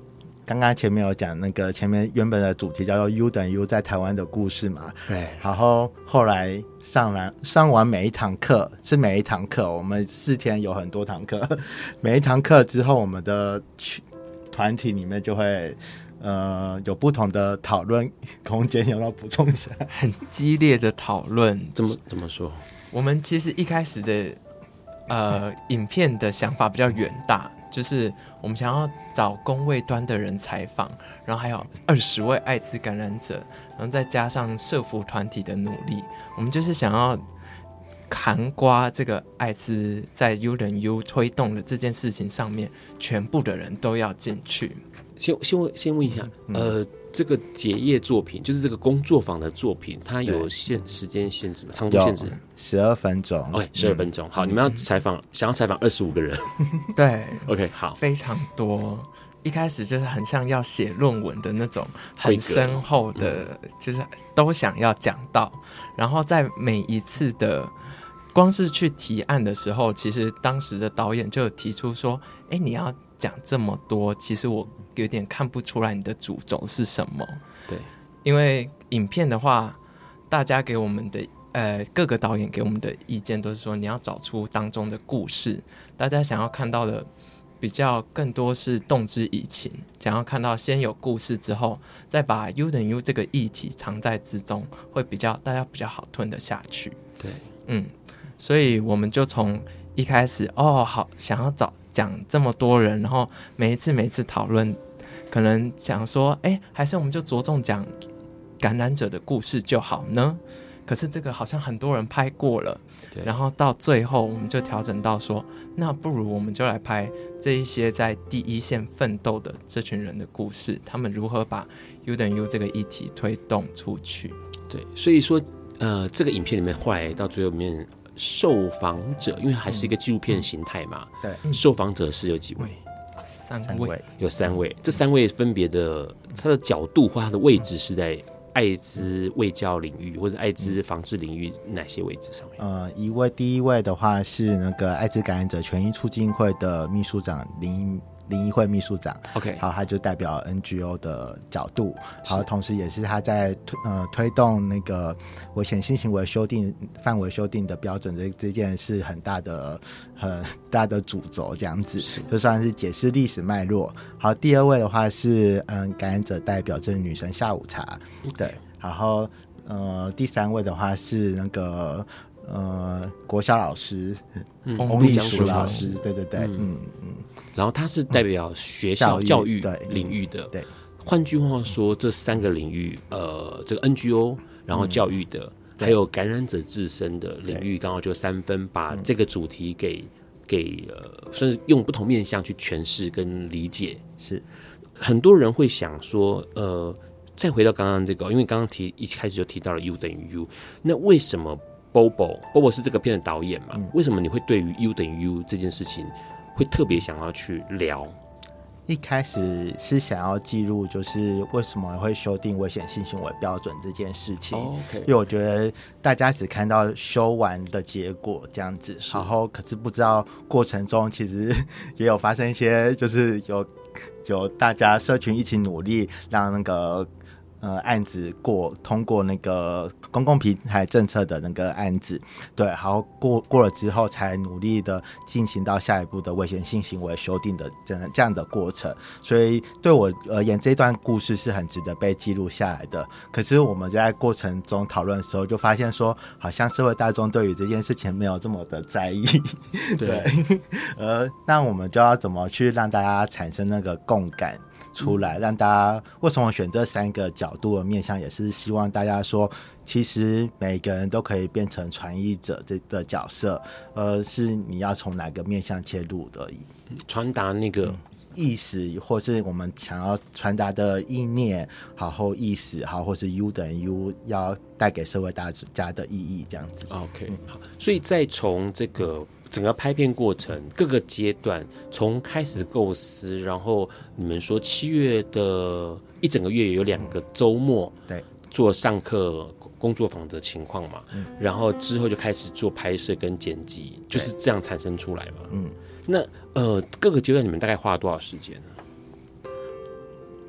刚刚前面有讲那个前面原本的主题叫做 U 等于 U 在台湾的故事嘛， 对， 然后后来上完每一堂课，是每一堂课，我们4天有很多堂课，每一堂课之后，我们的团体里面就会有不同的讨论空间，有没有补充一下？ 很激烈的讨论。 怎么说？ 我们其实一开始的影片的想法比较远大，就是我们想要找公卫端的人采访，然后还有20位艾滋感染者，然后再加上社福团体的努力，我们就是想要涵盖这个艾滋在 U 等于 U 推动的这件事情上面，全部的人都要进去。 先问一下，这个结业作品，就是这个工作坊的作品，它有时间限制吗？长度限制 ？12分钟。 OK， 12分钟。好，你们要想要采访25个人。 对 ，OK， 好， 非常多。一开始就是很像要写论文的那种，很深厚的，就是都想要讲到。然后在每一次的光是去提案的时候，其实当时的导演就有提出说：“哎，你要讲这么多，其实我有点看不出来你的主轴是什么。” 对， 因为影片的话，大家给我们的各个导演给我们的意见都是说，你要找出当中的故事，大家想要看到的比较更多是动之以情，想要看到先有故事之后，再把 U 等于 U 这个议题藏在之中，会大家比较好吞得下去。 对， 所以我们就从一开始好想要讲这么多人，然后每一次讨论，可能想说，还是我们就着重讲感染者的故事就好呢？可是这个好像很多人拍过了，然后到最后我们就调整到说，那不如我们就来拍这一些在第一线奋斗的这群人的故事，他们如何把 U 等于 U 这个议题推动出去。 对，所以说这个影片里面后来到最后面受访者，因为还是一个纪录片形态嘛， 对， 受访者是有几位 ？3位， 有3位。这3位分别的他的角度或他的位置是在艾滋卫教领域或者艾滋防治领域哪些位置上面？ 第一位的话是那个艾滋感染者权益促进会的秘书长林一慧秘书长。 OK， 好，他就代表 NGO 的角度，好，同时也是他在推动那个危险性行为范围修订的标准这件是很大的主轴，这样子就算是解释历史脉络。好，第2位的话是感染者代表，就是女神下午茶。对，然后第3位的话是那个国小老师，洪立淑老师。对， 然后他是代表学校教育领域的。 对， 换句话说，这3个领域，这个 NGO， 然后教育的，还有感染者自身的领域，刚好就3分，把这个主题给算是用不同面向去诠释跟理解。 是很多人会想说，再回到刚刚这个，因为刚刚一开始就提到了 U 等于 U， 那为什么 Bobo 是这个片的导演嘛？为什么你会对于 U 等于 U 这件事情会特别想要去聊？ 一开始是想要记录，就是为什么会修订危险性行为标准这件事情。 Okay. 因为我觉得大家只看到修完的结果这样子，然后可是不知道过程中其实也有发生一些，就是有大家社群一起努力，让那个案子通过那个公共平台政策的那个案子，对，然后过了之后才努力的进行到下一步的危险性行为修订的这样的过程，所以对我而言这段故事是很值得被记录下来的。可是我们在过程中讨论的时候就发现说，好像社会大众对于这件事情没有这么的在意，对，那我们就要怎么去让大家产生那个共感出来，让大家为什么选这3个角度的面向，也是希望大家说，其实每个人都可以变成传译者这个角色，是你要从哪个面向切入而已， 传达那个意思，或是我们想要传达的意念，好或意思，好或是 U 等于 U 要带给社会大家的意义，这样子。 OK， 好，所以再从这个整个拍片过程各个阶段，从开始构思，然后你们说7月的一整个月有2个周末， 对，做上课工作坊的情况嘛，然后之后就开始做拍摄跟剪辑，就是这样产生出来嘛。那各个阶段你们大概花了多少时间呢？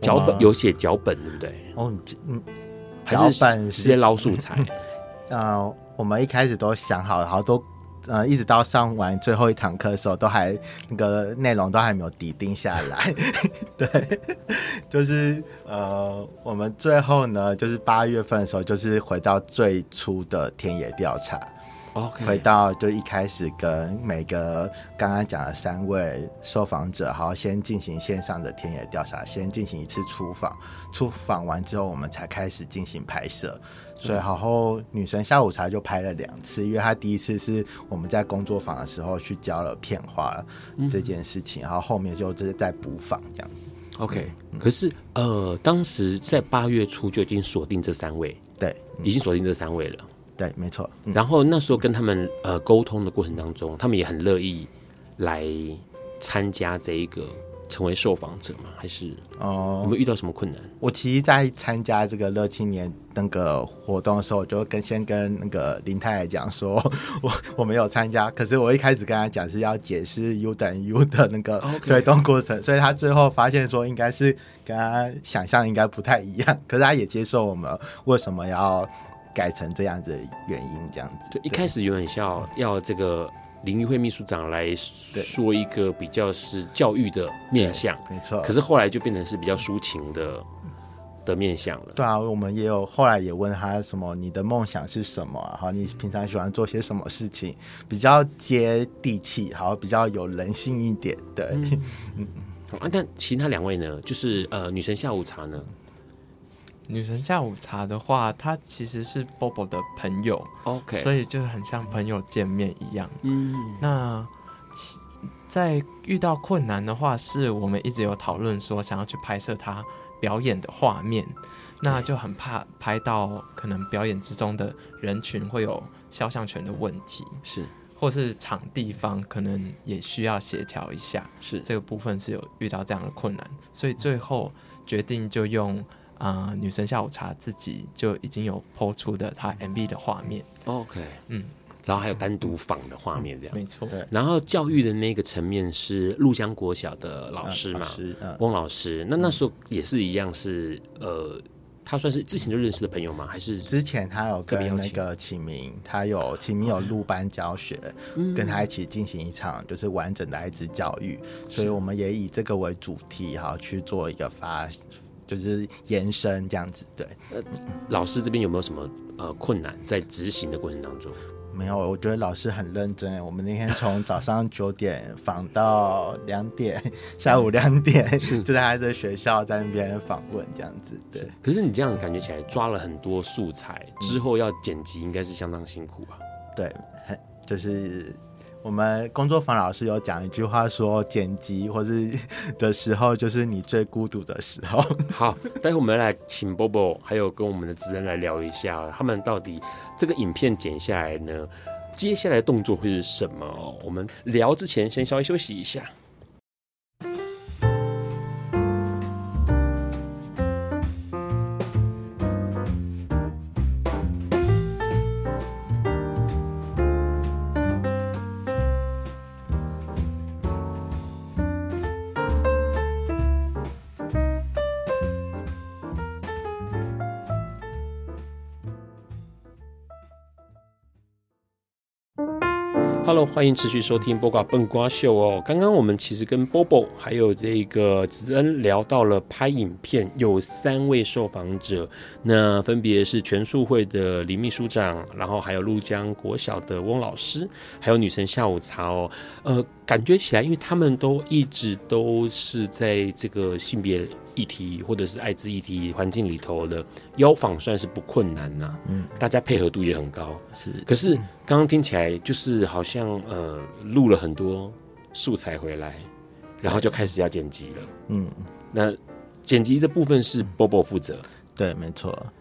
脚本有写脚本对不对？ 哦， 还是直接捞素材？ 我们一开始都想好了，然后都一直到上完最后一堂课的时候，都还那个内容都还没有底定下来。对，就是我们最后呢，就是8月份的时候，就是回到最初的田野调查。 OK， 回到就一开始跟每个刚刚讲的3位受访者，好，先进行线上的田野调查，先进行一次出访完之后，我们才开始进行拍摄。所以然后女神下午茶就拍了2次，因为她第一次是我们在工作坊的时候去教了片花这件事情，然后后面就是在补访这样。 OK，可是当时在8月初就已经锁定这3位， 对， 已经锁定这3位了。 对，没错。 然后那时候跟他们沟通的过程当中，他们也很乐意来参加这一个成为受访者吗？还是有没有遇到什么困难？ 我其实在参加这个乐青年那个活动的时候，我就先跟那个林太太讲说，我没有参加，可是我一开始跟她讲是要解释 U 等于 U 的那个推动过程，所以她最后发现说应该是跟她想象应该不太一样，可是她也接受我们为什么要改成这样子的原因，这样子。 对，一开始有很像要这个林育慧秘书长来说一个比较是教育的面向， 没错。 可是后来就变成是比较抒情的面向了。 对啊，我们也有后来也问他什么，你的梦想是什么啊？好，你平常喜欢做些什么事情，比较接地气，好，比较有人性一点。对， 但其他2位呢？就是女神下午茶呢？ 女神下午茶的话，她其实是 Bobo 的朋友 ，OK， 所以就很像朋友见面一样。那在遇到困难的话，是我们一直有讨论说想要去拍摄她表演的画面，那就很怕拍到可能表演之中的人群会有肖像权的问题， 是， 或是场地方可能也需要协调一下， 是这个部分是有遇到这样的困难，所以最后决定就用女神下午茶自己就已经有 po 出的他 MV 的画面。 OK， 然后还有单独访的画面这样， 没错。 然后教育的那个层面是鹭江国小的老师嘛，翁老师。那时候也是一样是他算是之前就认识的朋友吗？还是之前他有跟那个启明，启明有入班教学，跟他一起进行一场就是完整的爱之教育，所以我们也以这个为主题，好去做一个就是延伸这样子。对， 老师这边有没有什么困难在执行的过程当中？ 没有，我觉得老师很认真。我们那天从早上9点访到2点，下午2点，就在他的学校在那边访问这样子。对， 可是你这样感觉起来抓了很多素材，之后要剪辑应该是相当辛苦吧？ 对，就是我们工作坊老师有讲一句话说，剪辑或是的时候就是你最孤独的时候。 好，待会我们来请 Bobo 还有跟我们的职人来聊一下，他们到底这个影片剪下来呢，接下来的动作会是什么？我们聊之前先稍微休息一下。Hello， 欢迎持续收听波瓜笨瓜秀哦。刚刚我们其实跟 Bobo 还有这个子恩聊到了拍影片，有3位受访者，那分别是全数会的林秘书长，然后还有鹭江国小的翁老师，还有女神下午茶哦。感觉起来，因为他们都一直都是在这个性别议题或者是艾滋议题环境里头的邀访，算是不困难呐。大家配合度也很高。是，可是刚刚听起来就是好像录了很多素材回来，然后就开始要剪辑了。那剪辑的部分是 Bobo 负责。 对，没错。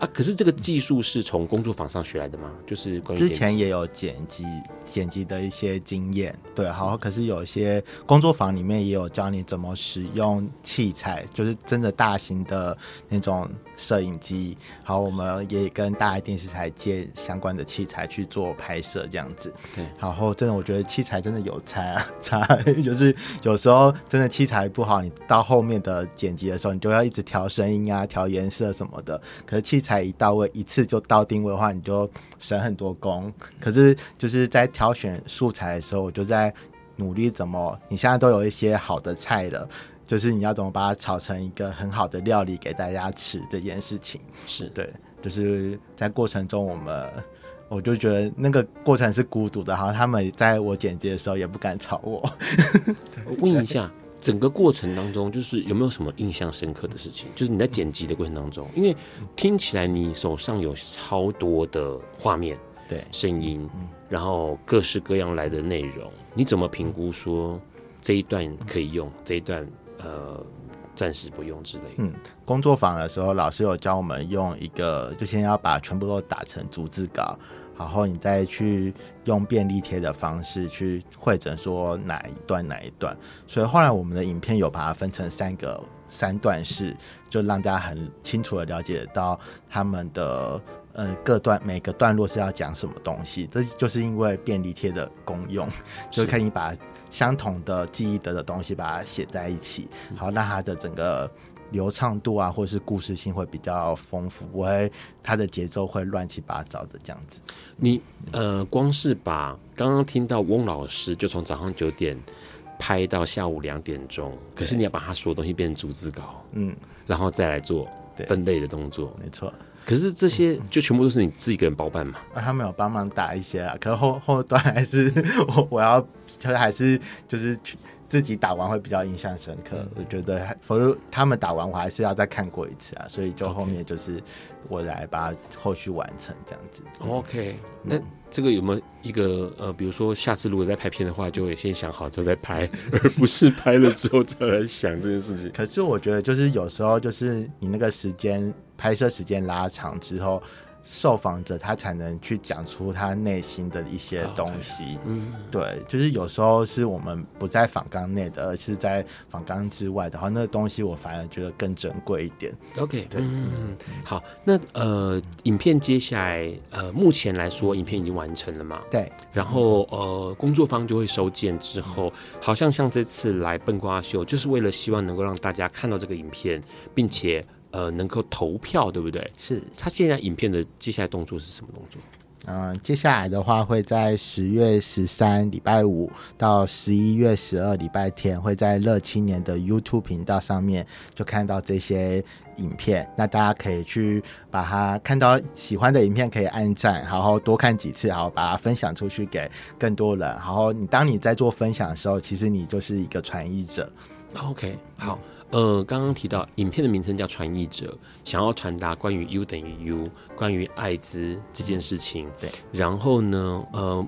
啊，可是这个技术是从工作坊上学来的吗？就是关于之前也有剪辑的一些经验，对，好，可是有一些工作坊里面也有教你怎么使用器材，就是真的大型的那种摄影机，好，我们也跟大爱电视台借相关的器材去做拍摄，这样子。 对， 然后真的我觉得器材真的有差，就是有时候真的器材不好，你到后面的剪辑的时候，你就要一直调声音啊、调颜色什么的。可是器材一到位，一次就到定位的话，你就省很多工。可是就是在挑选素材的时候，我就在努力你现在都有一些好的菜了，就是你要怎么把它炒成一个很好的料理给大家吃这件事情。 是对，就是在过程中我就觉得那个过程是孤独的，好像他们在我剪辑的时候也不敢吵我。 我问一下，整个过程当中，就是有没有什么印象深刻的事情？就是你在剪辑的过程当中，因为听起来你手上有超多的画面、 对， 声音，然后各式各样来的内容，你怎么评估说这一段可以用，这一段暂时不用之类的？ 工作坊的时候，老师有教我们用一个，就先要把全部都打成逐字稿，然后你再去用便利贴的方式去汇整说哪一段，所以后来我们的影片有把它分成三段式，就让大家很清楚的了解到他们的每个段落是要讲什么东西。这就是因为便利贴的功用，就可以把相同的记忆的东西把它写在一起，好让它的整个流畅度啊，或是故事性会比较丰富，不会它的节奏会乱七八糟的这样子。 你光是把刚刚听到翁老师就从早上9点拍到下午2点钟，可是你要把他所有东西变成逐字稿，然后再来做分类的动作， 没错。 可是这些就全部都是你自己一个人包办嘛？ 他们有帮忙打一些啊，可是后段还是我要还是就是自己打完会比较印象深刻。我觉得否则他们打完我还是要再看过一次啊，所以就后面就是我来把它后续完成这样子。 OK， 那这个有没有一个比如说下次如果再拍片的话，就会先想好之后再拍，而不是拍了之后再来想这件事情？ 可是我觉得就是有时候就是你那个拍摄时间拉长之后，受访者他才能去讲出他内心的一些东西。对，就是有时候是我们不在访纲内的，而是在访纲之外的，然后那个东西我反而觉得更珍贵一点。 OK， 对，好，那影片接下来目前来说，影片已经完成了嘛？ 对， 然后工作坊就会收件之后，好像这次来笨瓜秀，就是为了希望能够让大家看到这个影片，并且能够投票，对不对？ 是。 他现在影片的接下来动作是什么动作？ 接下来的话会在10月13礼拜五到11月12礼拜天，会在乐青年的 YouTube 频道上面就看到这些影片。那大家可以去把它看到喜欢的影片可以按赞，然后多看几次，然后把它分享出去给更多人。然后当你在做分享的时候，其实你就是一个传译者。 OK， 好。刚刚提到影片的名称叫传译者，想要传达关于 U 等于 U， 关于艾滋这件事情。 对， 然后呢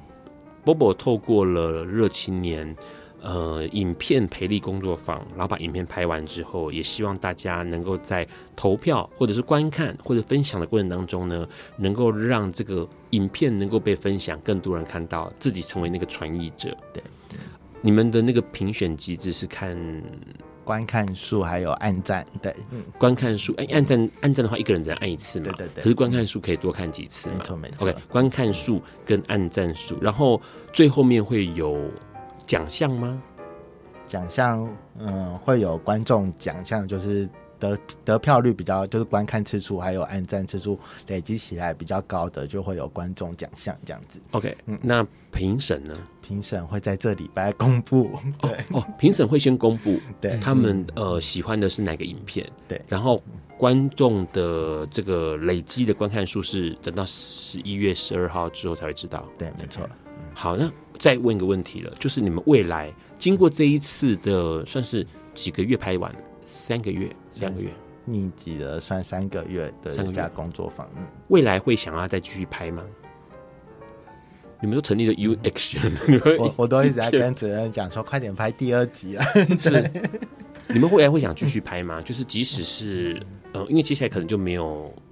，Bobo 透过了热青年影片培力工作坊，然后把影片拍完之后，也希望大家能够在投票或者是观看或者分享的过程当中呢，能够让这个影片能够被分享，更多人看到，自己成为那个传译者。 对， 你们的那个评选机制是看观看数还有按赞，对， 观看数，按赞的话，一个人只能按一次嘛， 对。 可是观看数可以多看几次嘛， 没错。 OK， 观看数跟按赞数，然后最后面会有奖项吗？ 奖项，会有观众奖项，就是得票率比较，就是观看次数还有按赞次数累积起来比较高的，就会有观众奖项这样子。 OK，那评审呢？ 评审会在这礼拜公布，对， 评审会先公布， 对， 他们喜欢的是哪个影片， 对， 然后观众的这个累积的观看数是等到11月12号之后才会知道， 对，没错。 好，那再问一个问题了，就是你们未来经过这一次的算是几个月拍完？3个月、2个月？ 密集的算3个月的一家工作坊。 未来会想要再继续拍吗？你们都成立了 U Action， 我都一直在跟责任讲说，快点拍第2集啊！ 是，你们未来会想继续拍吗？就是即使是因为接下来可能就没有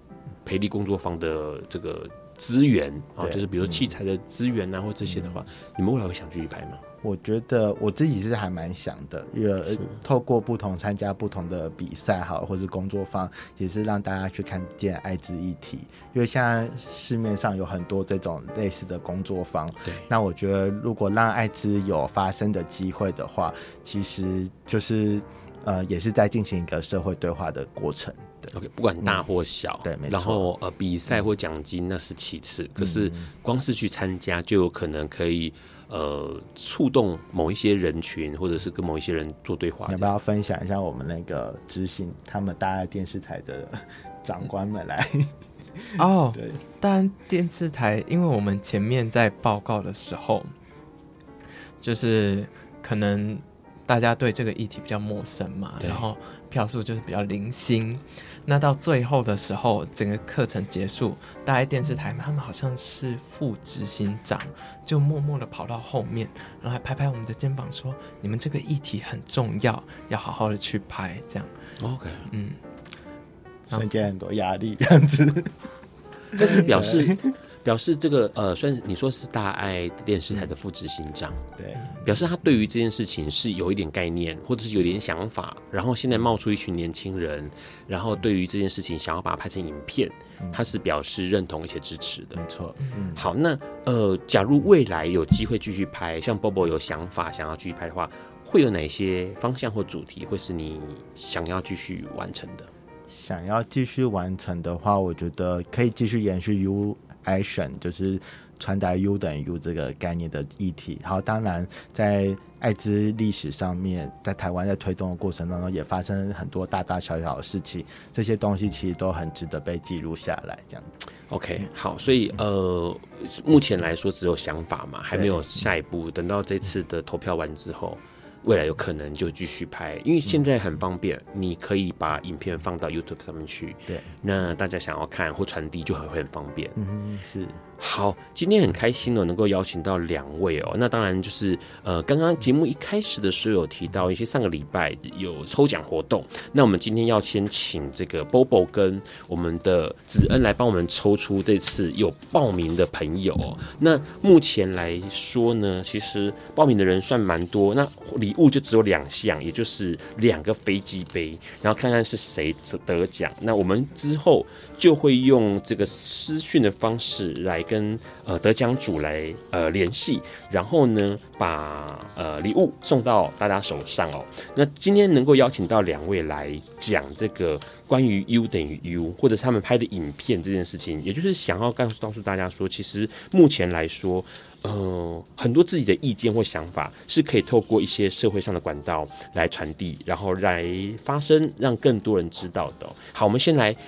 培力工作坊的这个资源啊，就是比如说器材的资源啊，或这些的话，你们未来会想继续拍吗？ 我觉得我自己是还蛮想的，因为透过不同参加不同的比赛好，或是工作坊，也是让大家去看见艾滋议题。因为现在市面上有很多这种类似的工作坊，那我觉得如果让艾滋有发生的机会的话，其实就是也是在进行一个社会对话的过程。 OK， 不管大或小， 对，没错。 然后比赛或奖金那是其次，可是光是去参加就有可能可以触动某一些人群，或者是跟某一些人做对话。 要不要分享一下我们那个执行他们大爱电视台的长官们来？ 哦，对，当然电视台，因为我们前面在报告的时候，就是可能大家对这个议题比较陌生嘛，然后票数就是比较零星。那到最后的时候，整个课程结束，大爱电视台他们好像是副执行长，就默默的跑到后面，然后还拍拍我们的肩膀说：“你们这个议题很重要，要好好的去拍。”这样 ，OK， 瞬间很多压力这样子， 但是表示这个虽然你说是大爱电视台的副执行长， 对， 表示他对于这件事情是有一点概念，或者是有点想法，然后现在冒出一群年轻人，然后对于这件事情想要把它拍成影片，他是表示认同而且支持的。 没错。 好，那假如未来有机会继续拍，像 Bobo 有想法想要继续拍的话，会有哪些方向或主题会是你想要继续完成的？ 想要继续完成的话，我觉得可以继续延续 U Action， 就是传达 U 等于 U 这个概念的议题。然后当然在艾滋历史上面，在台湾在推动的过程当中，也发生很多大大小小的事情，这些东西其实都很值得被记录下来。这样子 OK， 好，所以目前来说只有想法嘛，还没有下一步。等到这次的投票完之后，未来有可能就继续拍，因为现在很方便，你可以把影片放到 YouTube 上面去， 对， 那大家想要看或传递就会很方便。 是。 好，今天很开心能够邀请到2位哦。那当然就是刚刚节目一开始的时候有提到一些上个礼拜有抽奖活动，那我们今天要先请这个 Bobo 跟我们的子恩来帮我们抽出这次有报名的朋友哦。那目前来说呢，其实报名的人算蛮多，那礼物就只有2项，也就是2个飞机杯，然后看看是谁得奖。那我们之后就会用这个私讯的方式来跟得奖主来联系，然后呢把礼物送到大家手上哦。那今天能够邀请到2位来讲这个关于 U 等于 U， 或者是他们拍的影片这件事情，也就是想要告诉大家说，其实目前来说。很多自己的意见或想法是可以透过一些社会上的管道来传递，然后来发声，让更多人知道的哦。好，我们先来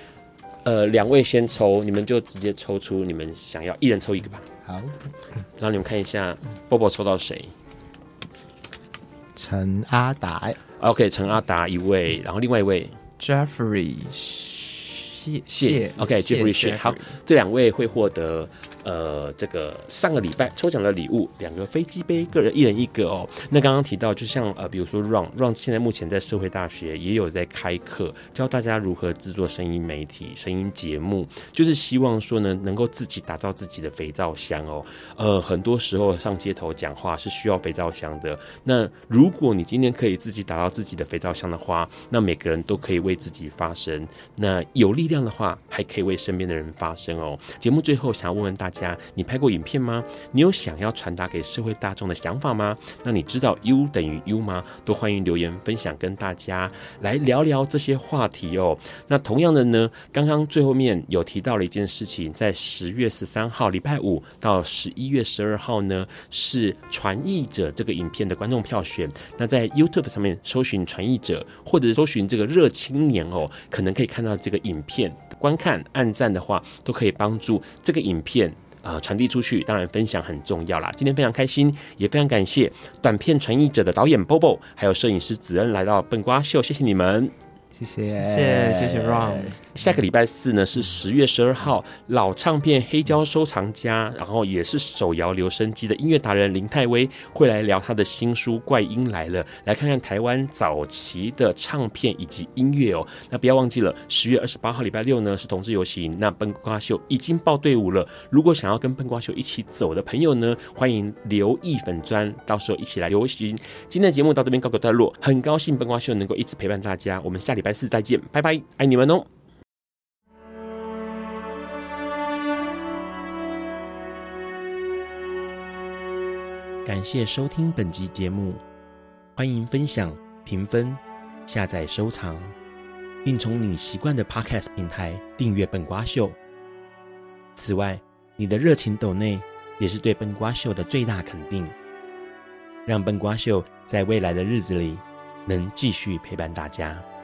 2位先抽，你们就直接抽出你们想要，一人抽1个吧。 好， 然后你们看一下 Bobo 抽到谁？ 陈阿达。 OK， 陈阿达1位，然后另外1位 Jeffrey 谢 OK Jeffrey 谢。好，这2位会获得这个上个礼拜抽奖的礼物2个飞机杯，个人1人1个哦。那刚刚提到，就像比如说 Ron 现在目前在社会大学也有在开课，教大家如何制作声音媒体、声音节目，就是希望说呢，能够自己打造自己的肥皂箱哦。很多时候上街头讲话是需要肥皂箱的。那如果你今天可以自己打造自己的肥皂箱的话，那每个人都可以为自己发声。那有力量的话，还可以为身边的人发声哦。节目最后想要问问大家，你拍过影片吗？你有想要传达给社会大众的想法吗？那你知道 U 等于 U 吗？都欢迎留言分享，跟大家来聊聊这些话题哦。那同样的呢，刚刚最后面有提到了一件事情，在10月13号礼拜五到11月12号呢，是传译者这个影片的观众票选。那在 YouTube 上面搜寻传译者，或者搜寻这个热青年哦，可能可以看到这个影片。观看、按赞的话，都可以帮助这个影片传递出去。当然，分享很重要啦。今天非常开心，也非常感谢短片传译者的导演 Bobo， 还有摄影师子恩来到笨瓜秀，谢谢你们， 谢谢 Ron。 下个礼拜四呢是10月12号，老唱片黑胶收藏家，然后也是手摇留声机的音乐达人林泰威会来聊他的新书《怪音来了》，来看看台湾早期的唱片以及音乐哦。那不要忘记了，10月28号礼拜六呢是同志游行，那笨瓜秀已经报队伍了。如果想要跟笨瓜秀一起走的朋友呢，欢迎留意粉专，到时候一起来游行。今天的节目到这边告个段落，很高兴笨瓜秀能够一直陪伴大家，我们下礼拜四再见，拜拜，爱你们哦。感谢收听本集节目，欢迎分享、评分、下载、收藏，并从你习惯的 Podcast 平台订阅笨瓜秀。此外，你的热情抖内也是对笨瓜秀的最大肯定，让笨瓜秀在未来的日子里能继续陪伴大家。